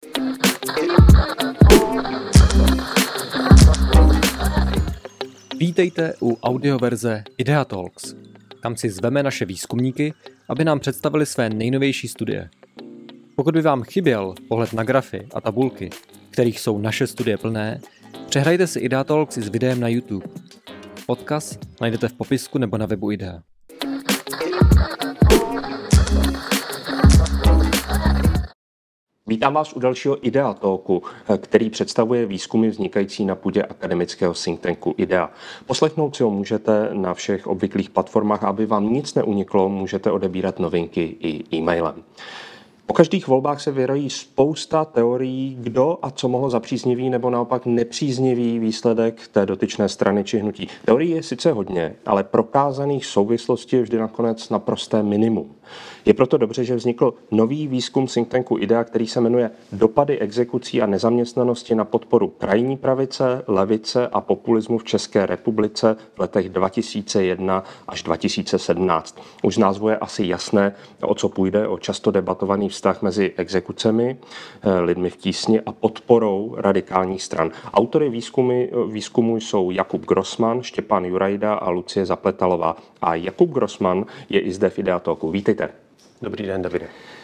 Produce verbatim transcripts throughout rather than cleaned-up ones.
Vítejte u audioverze Idea Talks. Tam si zveme naše výzkumníky, aby nám představili své nejnovější studie. Pokud by vám chyběl pohled na grafy a tabulky, kterých jsou naše studie plné, přehrajte si Idea Talks i s videem na YouTube. Odkaz najdete v popisku nebo na webu Idea. Vítám vás u dalšího Idea Talku, který představuje výzkumy vznikající na půdě akademického think tanku Idea. Poslechnout si ho můžete na všech obvyklých platformách, aby vám nic neuniklo, můžete odebírat novinky i e-mailem. Po každých volbách se vyrojí spousta teorií, kdo a co mohlo za příznivý nebo naopak nepříznivý výsledek té dotyčné strany či hnutí. Teorií je sice hodně, ale prokázaných souvislostí je vždy nakonec naprosté minimum. Je proto dobře, že vznikl nový výzkum think tanku Idea, který se jmenuje Dopady exekucí a nezaměstnanosti na podporu krajní pravice, levice a populismu v České republice v letech dva tisíce jedna až dva tisíce sedmnáct. Už z názvu je asi jasné, o co půjde, o často debatovaný vztah mezi exekucemi, lidmi v tísni a podporou radikálních stran. Autory výzkumy, výzkumu jsou Jakub Grossman, Štěpán Jurajda a Lucie Zapletalová. A Jakub Grossman je i zde v Idea Talku. Vítejte. Dobrý den, Davide.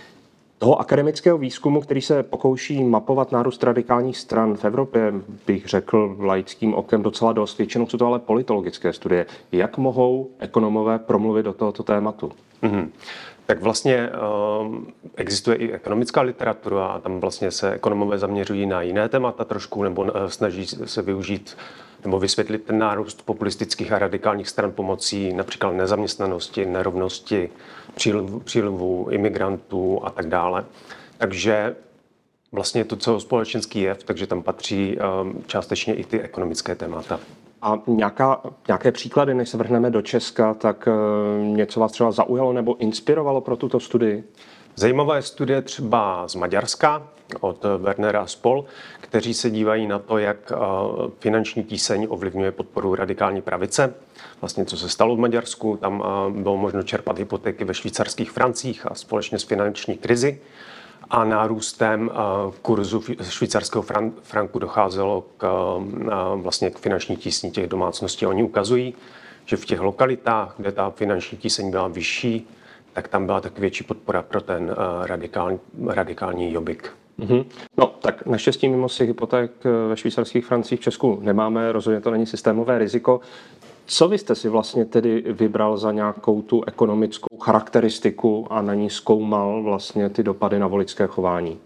Toho akademického výzkumu, který se pokouší mapovat nárůst radikálních stran v Evropě, bych řekl laickým okem docela dost. Většinou jsou to ale politologické studie. Jak mohou ekonomové promluvit do tohoto tématu? Mm-hmm. Tak vlastně um, existuje i ekonomická literatura a tam vlastně se ekonomové zaměřují na jiné témata trošku nebo uh, snaží se využít nebo vysvětlit ten nárůst populistických a radikálních stran pomocí například nezaměstnanosti, nerovnosti, přílivu, přílivu imigrantů a tak dále. Takže vlastně je to celospolečenský jev, takže tam patří um, částečně i ty ekonomické témata. A nějaká, nějaké příklady, než se vrhneme do Česka, tak e, něco vás třeba zaujalo nebo inspirovalo pro tuto studii? Zajímavá je studie třeba z Maďarska od Wernera a spol., kteří se dívají na to, jak finanční tíseň ovlivňuje podporu radikální pravice. Vlastně co se stalo v Maďarsku, tam bylo možno čerpat hypotéky ve švýcarských francích a společně s finanční krizi. A nárůstem kurzu švýcarského franku docházelo k, vlastně k finanční tísni těch domácností. Oni ukazují, že v těch lokalitách, kde ta finanční tíseň byla vyšší, tak tam byla tak větší podpora pro ten radikální, radikální jobbik. Mm-hmm. No, tak naštěstí mimo si hypoték ve švýcarských francích v Česku nemáme, rozhodně to není systémové riziko. Co vy jste si vlastně tedy vybral za nějakou tu ekonomickou charakteristiku a na ní zkoumal vlastně ty dopady na voličské chování?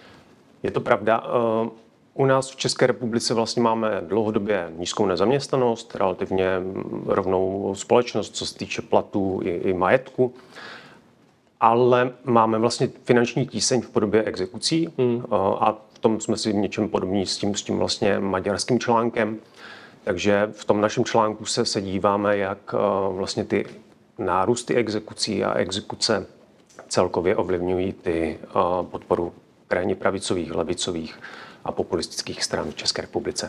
Je to pravda. U nás v České republice vlastně máme dlouhodobě nízkou nezaměstnanost, relativně rovnou společnost, co se týče platů i, i majetku. Ale máme vlastně finanční tíseň v podobě exekucí hmm. a v tom jsme si v něčem podobní s tím, s tím vlastně maďarským článkem. Takže v tom našem článku se, se díváme, jak vlastně ty nárůsty exekucí a exekuce celkově ovlivňují ty podporu krajně pravicových, levicových a populistických stran v České republice.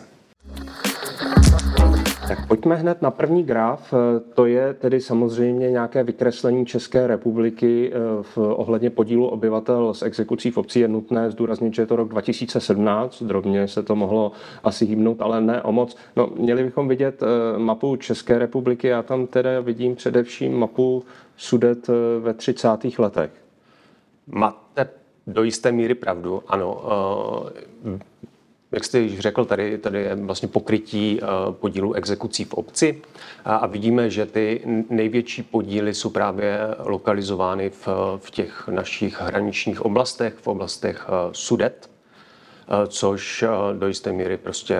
Tak pojďme hned na první graf. To je tedy samozřejmě nějaké vykreslení České republiky v ohledně podílu obyvatel z exekucí v obci. Je nutné zdůraznit, že je to rok dva tisíce sedmnáct. Drobně se to mohlo asi hýbnout, ale ne o moc. No, měli bychom vidět mapu České republiky. Já tam teda vidím především mapu Sudet ve třicátých letech. Máte do jisté míry pravdu, ano. Jak jste již řekl, tady, tady je vlastně pokrytí podílu exekucí v obci a vidíme, že ty největší podíly jsou právě lokalizovány v, v těch našich hraničních oblastech, v oblastech Sudet, což do jisté míry prostě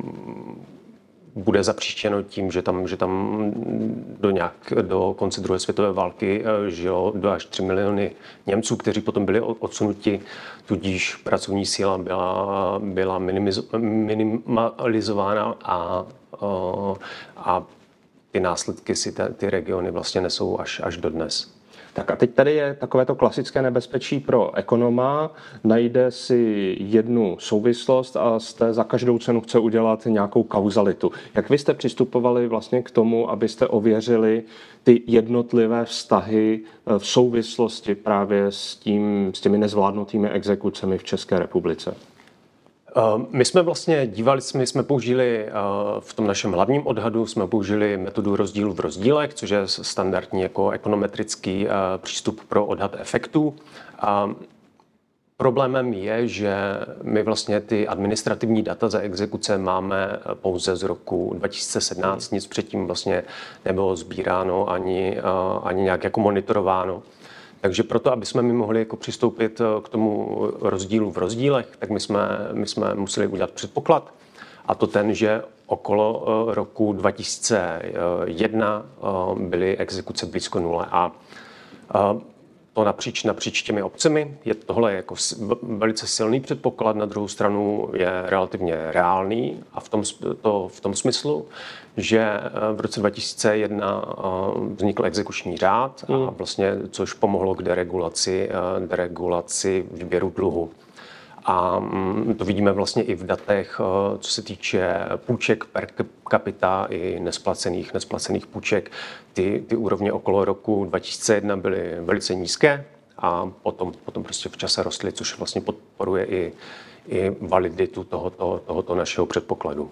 bude zapříštěno tím, že tam, že tam do, nějak, do konce druhé světové války žilo do až tři miliony Němců, kteří potom byli odsunuti, tudíž pracovní síla byla, byla minimalizována a, a ty následky si ty, ty regiony vlastně nesou až, až dodnes. Tak a teď tady je takovéto klasické nebezpečí pro ekonoma, najde si jednu souvislost a z té za každou cenu chce udělat nějakou kauzalitu. Jak vy jste přistupovali vlastně k tomu, abyste ověřili ty jednotlivé vztahy v souvislosti právě s, tím, s těmi nezvládnutými exekucemi v České republice? My jsme vlastně dívali, my jsme použili v tom našem hlavním odhadu, jsme použili metodu rozdílu v rozdílech, což je standardní jako ekonometrický přístup pro odhad efektů. A problémem je, že my vlastně ty administrativní data za exekuce máme pouze z roku dva tisíce sedmnáct, nic předtím vlastně nebylo sbíráno ani, ani nějak jako monitorováno. Takže proto, aby jsme my mohli jako přistoupit k tomu rozdílu v rozdílech, tak my jsme, my jsme museli udělat předpoklad. A to ten, že okolo roku dva tisíce jedna byly exekuce blízko nule. A to napříč, napříč těmi obcemi. Je tohle jako velice silný předpoklad, na druhou stranu je relativně reálný a v tom, to, v tom smyslu, že v roce dva tisíce jedna vznikl exekuční řád, a vlastně, což pomohlo k deregulaci, deregulaci výběru dluhu. A to vidíme vlastně i v datech, co se týče půjček per capita i nesplacených, nesplacených půjček. Ty, ty úrovně okolo roku dva tisíce jedna byly velice nízké a potom, potom prostě v čase rostly, což vlastně podporuje i, i validitu tohoto, tohoto našeho předpokladu.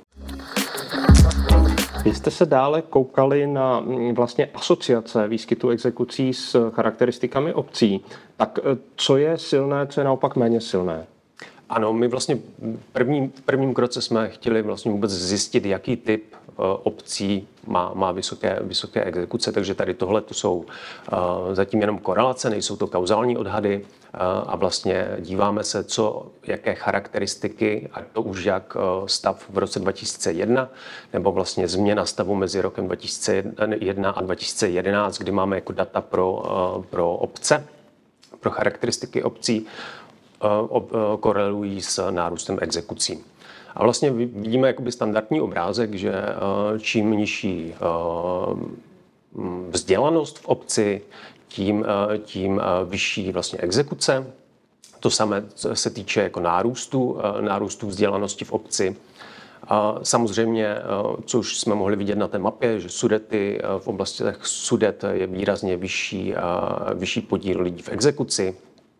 Vy jste se dále koukali na vlastně asociace výskytu exekucí s charakteristikami obcí. Tak co je silné, co je naopak méně silné? Ano, my vlastně první, v prvním kroce jsme chtěli vlastně vůbec zjistit, jaký typ obcí má, má vysoké, vysoké exekuce, takže tady tohle to jsou uh, zatím jenom korelace, nejsou to kauzální odhady uh, a vlastně díváme se, co, jaké charakteristiky, a to už jak uh, stav v roce dva tisíce jedna, nebo vlastně změna stavu mezi rokem dva tisíce jedna a dva tisíce jedenáct, kdy máme jako data pro, uh, pro obce, pro charakteristiky obcí, korelují s nárůstem exekucí. A vlastně vidíme jakoby standardní obrázek, že čím nižší vzdělanost v obci, tím, tím vyšší vlastně exekuce. To samé se týče jako nárůstu, nárůstu vzdělanosti v obci. A samozřejmě, co už jsme mohli vidět na té mapě, že Sudety, v oblastech Sudet je výrazně vyšší, vyšší podíl lidí v exekuci.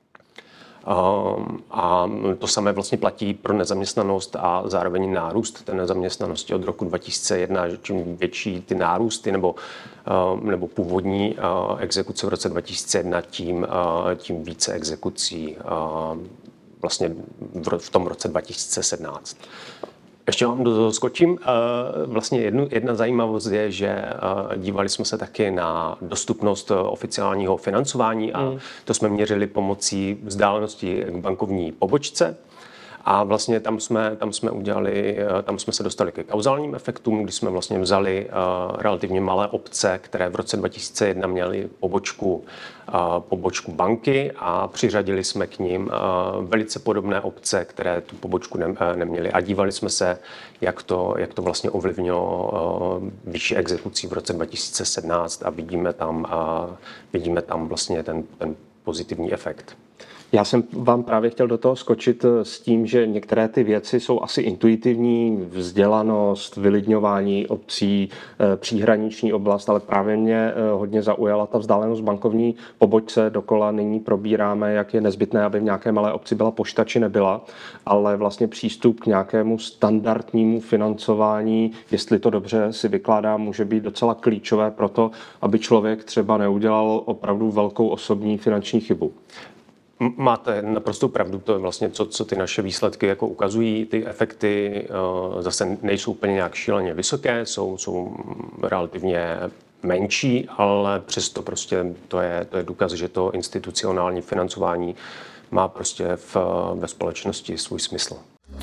A to samé vlastně platí pro nezaměstnanost a zároveň nárůst té nezaměstnanosti od roku dva tisíce jedna, že čím větší ty nárůsty nebo, nebo původní exekuce v roce dva tisíce jedna, tím, tím více exekucí vlastně v tom roce dva tisíce sedmnáct. Ještě vám do toho skočím. Vlastně jednu, jedna zajímavost je, že dívali jsme se taky na dostupnost oficiálního financování a mm. to jsme měřili pomocí vzdálenosti k bankovní pobočce. A vlastně tam jsme, tam jsme udělali, tam jsme se dostali ke kauzálním efektům, kdy jsme vlastně vzali uh, relativně malé obce, které v roce dva tisíce jedna měly pobočku, uh, pobočku banky a přiřadili jsme k nim uh, velice podobné obce, které tu pobočku ne, uh, neměly. A dívali jsme se, jak to, jak to vlastně ovlivnilo uh, výši exekucí v roce dva tisíce sedmnáct a vidíme tam, uh, vidíme tam vlastně ten, ten pozitivní efekt. Já jsem vám právě chtěl do toho skočit s tím, že některé ty věci jsou asi intuitivní, vzdělanost, vylidňování obcí, příhraniční oblast, ale právě mě hodně zaujala ta vzdálenost bankovní pobočce. Dokola nyní probíráme, jak je nezbytné, aby v nějaké malé obci byla pošta či nebyla, ale vlastně přístup k nějakému standardnímu financování, jestli to dobře si vykládá, může být docela klíčové pro to, aby člověk třeba neudělal opravdu velkou osobní finanční chybu. Máte naprosto pravdu, to je vlastně co, co ty naše výsledky jako ukazují. Ty efekty uh, zase nejsou úplně nějak šíleně vysoké, jsou, jsou relativně menší, ale přesto prostě to je, to je důkaz, že to institucionální financování má prostě v, ve společnosti svůj smysl.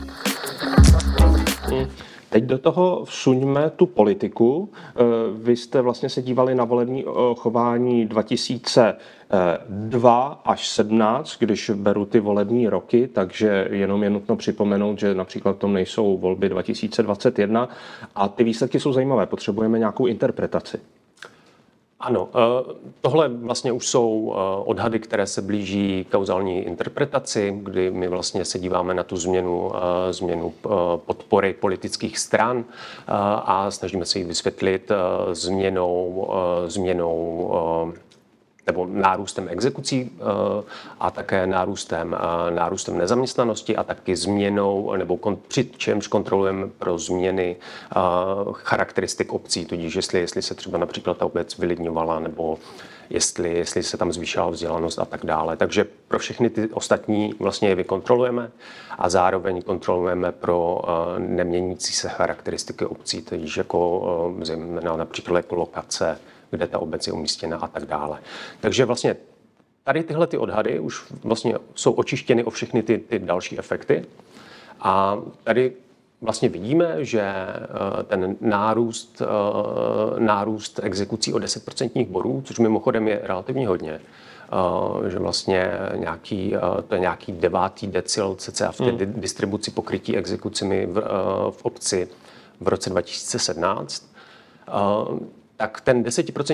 Hmm. Teď do toho vsuňme tu politiku. Vy jste vlastně se dívali na volební chování dva tisíce dva až sedmnáct, když beru ty volební roky, takže jenom je nutno připomenout, že například v tom nejsou volby dva tisíce dvacet jedna a ty výsledky jsou zajímavé. Potřebujeme nějakou interpretaci. Ano, tohle vlastně už jsou odhady, které se blíží kauzální interpretaci, kdy my vlastně se díváme na tu změnu, změnu podpory politických stran a snažíme se ji vysvětlit změnou, změnou nebo nárůstem exekucí a také nárůstem, nárůstem nezaměstnanosti a taky změnou, nebo kon, při čemž kontrolujeme pro změny charakteristik obcí, tudíž jestli, jestli se třeba například ta obec vylidňovala, nebo jestli, jestli se tam zvýšila vzdělanost a tak dále. Takže pro všechny ty ostatní vlastně je vykontrolujeme a zároveň kontrolujeme pro neměnící se charakteristiky obcí, tudíž jako zejména například jako lokace, kde ta obec je umístěna a tak dále. Takže vlastně tady tyhle ty odhady už vlastně jsou očištěny o všechny ty, ty další efekty. A tady vlastně vidíme, že ten nárůst, nárůst exekucí o deset procentních bodů, což mimochodem je relativně hodně, že vlastně nějaký, to je nějaký devátý decil cca v té hmm. distribuci pokrytí exekucemi v, v obci v roce dva tisíce sedmnáct, tak ten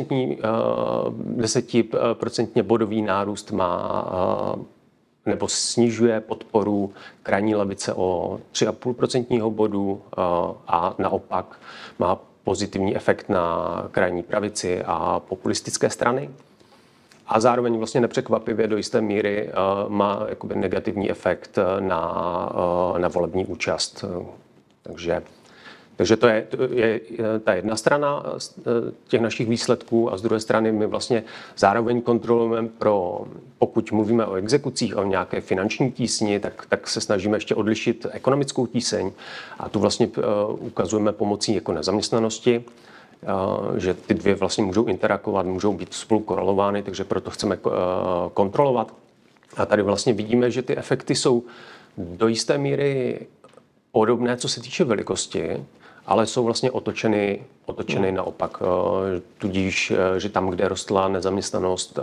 desetiprocentně bodový nárůst má nebo snižuje podporu krajní levice o tři celá pět procentního bodu a naopak má pozitivní efekt na krajní pravici a populistické strany. A zároveň vlastně nepřekvapivě do jisté míry má jakoby negativní efekt na, na volební účast. Takže Takže to je, to je ta jedna strana těch našich výsledků a z druhé strany my vlastně zároveň kontrolujeme pro, pokud mluvíme o exekucích, o nějaké finanční tísni, tak, tak se snažíme ještě odlišit ekonomickou tíseň a tu vlastně ukazujeme pomocí jako nezaměstnanosti, že ty dvě vlastně můžou interakovat, můžou být spolu korelovány, takže proto chceme kontrolovat. A tady vlastně vidíme, že ty efekty jsou do jisté míry podobné, co se týče velikosti, ale jsou vlastně otočeny, otočeny naopak. Tudíž, že tam, kde rostla nezaměstnanost,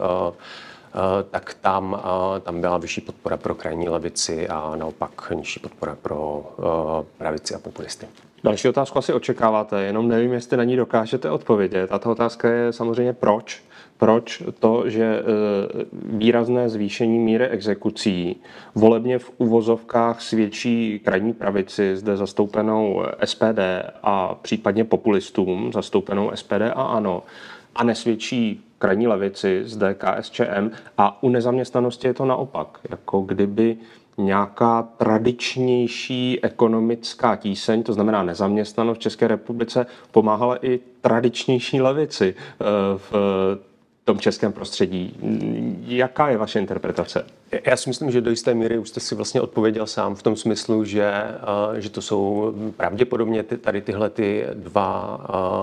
tak tam, tam byla vyšší podpora pro krajní levici a naopak nižší podpora pro pravici a populisty. Další otázku asi očekáváte, jenom nevím, jestli na ní dokážete odpovědět. A ta otázka je samozřejmě proč. Proč to, že výrazné zvýšení míry exekucí volebně v uvozovkách svědčí krajní pravici, zde zastoupenou S P D a případně populistům, zastoupenou S P D a ANO, a nesvědčí krajní levici, zde K S Č M, a u nezaměstnanosti je to naopak. Jako kdyby nějaká tradičnější ekonomická tíseň, to znamená nezaměstnanost v České republice, pomáhala i tradičnější levici v tom českém prostředí. Jaká je vaše interpretace? Já si myslím, že do jisté míry už jste si vlastně odpověděl sám v tom smyslu, že, že to jsou pravděpodobně ty, tady tyhle ty dva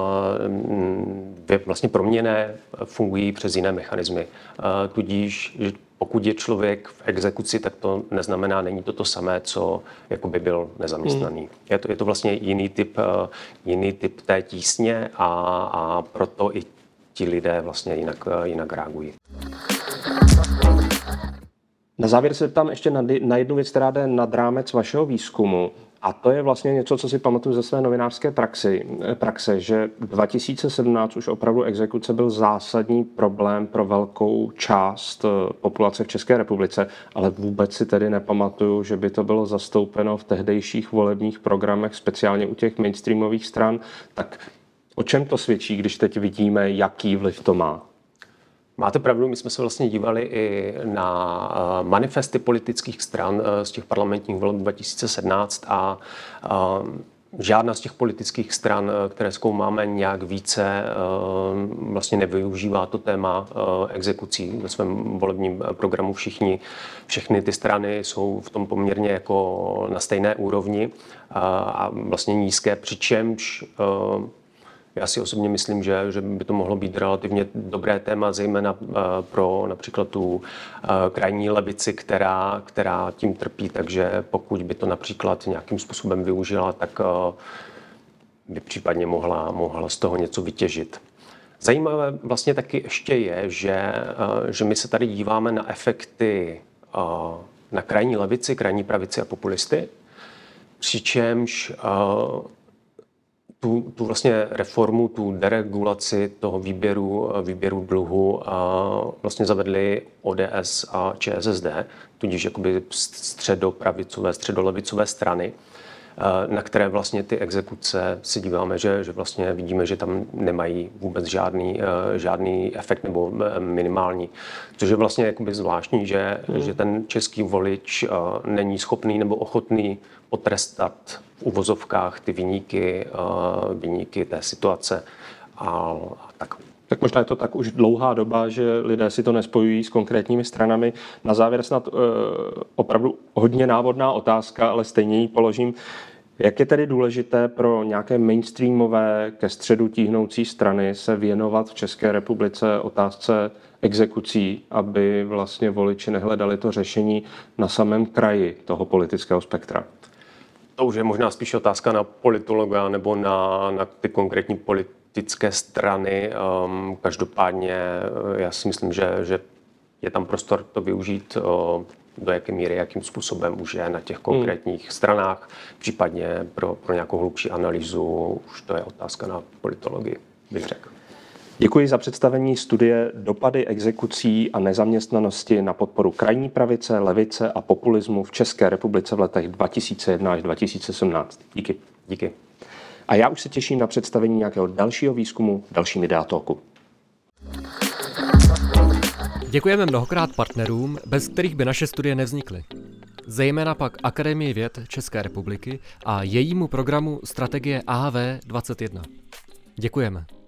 dvě vlastně proměnné fungují přes jiné mechanismy. Tudíž, že pokud je člověk v exekuci, tak to neznamená, není to to samé, co jako by byl nezaměstnaný. Hmm. Je to, je to vlastně jiný typ, jiný typ té tísně a, a proto i ti lidé vlastně jinak, jinak reagují. Na závěr se ptám ještě na, na jednu věc, která jde nad rámec vašeho výzkumu. A to je vlastně něco, co si pamatuju ze své novinářské praxi, praxe, že dva tisíce sedmnáct už opravdu exekuce byl zásadní problém pro velkou část populace v České republice, ale vůbec si tedy nepamatuju, že by to bylo zastoupeno v tehdejších volebních programech, speciálně u těch mainstreamových stran. Tak o čem to svědčí, když teď vidíme, jaký vliv to má? Máte pravdu, my jsme se vlastně dívali i na manifesty politických stran z těch parlamentních voleb dva tisíce sedmnáct a žádná z těch politických stran, které zkoumáme, nějak více vlastně nevyužívá to téma exekucí ve svém volebním programu. Všichni, všechny ty strany jsou v tom poměrně jako na stejné úrovni a vlastně nízké, přičemž já si osobně myslím, že, že by to mohlo být relativně dobré téma, zejména pro například tu krajní levici, která, která tím trpí, takže pokud by to například nějakým způsobem využila, tak by případně mohla, mohla z toho něco vytěžit. Zajímavé vlastně taky ještě je, že, že my se tady díváme na efekty na krajní levici, krajní pravici a populisty, přičemž tu, tu vlastně reformu, tu deregulaci toho výběru, výběru dluhu a vlastně zavedli O D S a Č S S D, tudíž jakoby středopravicové, středolevicové strany, na které vlastně ty exekuce si díváme, že, že vlastně vidíme, že tam nemají vůbec žádný, žádný efekt nebo minimální. Což je vlastně jakoby zvláštní, že, hmm. že ten český volič není schopný nebo ochotný potrestat v uvozovkách ty viníky, viníky té situace a, a tak. Tak možná je to tak už dlouhá doba, že lidé si to nespojují s konkrétními stranami. Na závěr snad uh, opravdu hodně návodná otázka, ale stejně ji položím. Jak je tedy důležité pro nějaké mainstreamové, ke středu tíhnoucí strany se věnovat v České republice otázce exekucí, aby vlastně voliči nehledali to řešení na samém kraji toho politického spektra? To už je možná spíš otázka na politologa nebo na, na ty konkrétní politické strany. Um, každopádně já si myslím, že, že je tam prostor to využít, uh, do jaké míry, jakým způsobem už je na těch konkrétních hmm. stranách, případně pro, pro nějakou hlubší analýzu, už to je otázka na politologii, bych řekl. Děkuji za představení studie Dopady exekucí a nezaměstnanosti na podporu krajní pravice, levice a populismu v České republice v letech dva tisíce jedna až dva tisíce sedmnáct. Díky. Díky. A já už se těším na představení nějakého dalšího výzkumu v dalším Idea Talku. Děkujeme mnohokrát partnerům, bez kterých by naše studie nevznikly. Zejména pak Akademii věd České republiky a jejímu programu Strategie A V dvacet jedna. Děkujeme.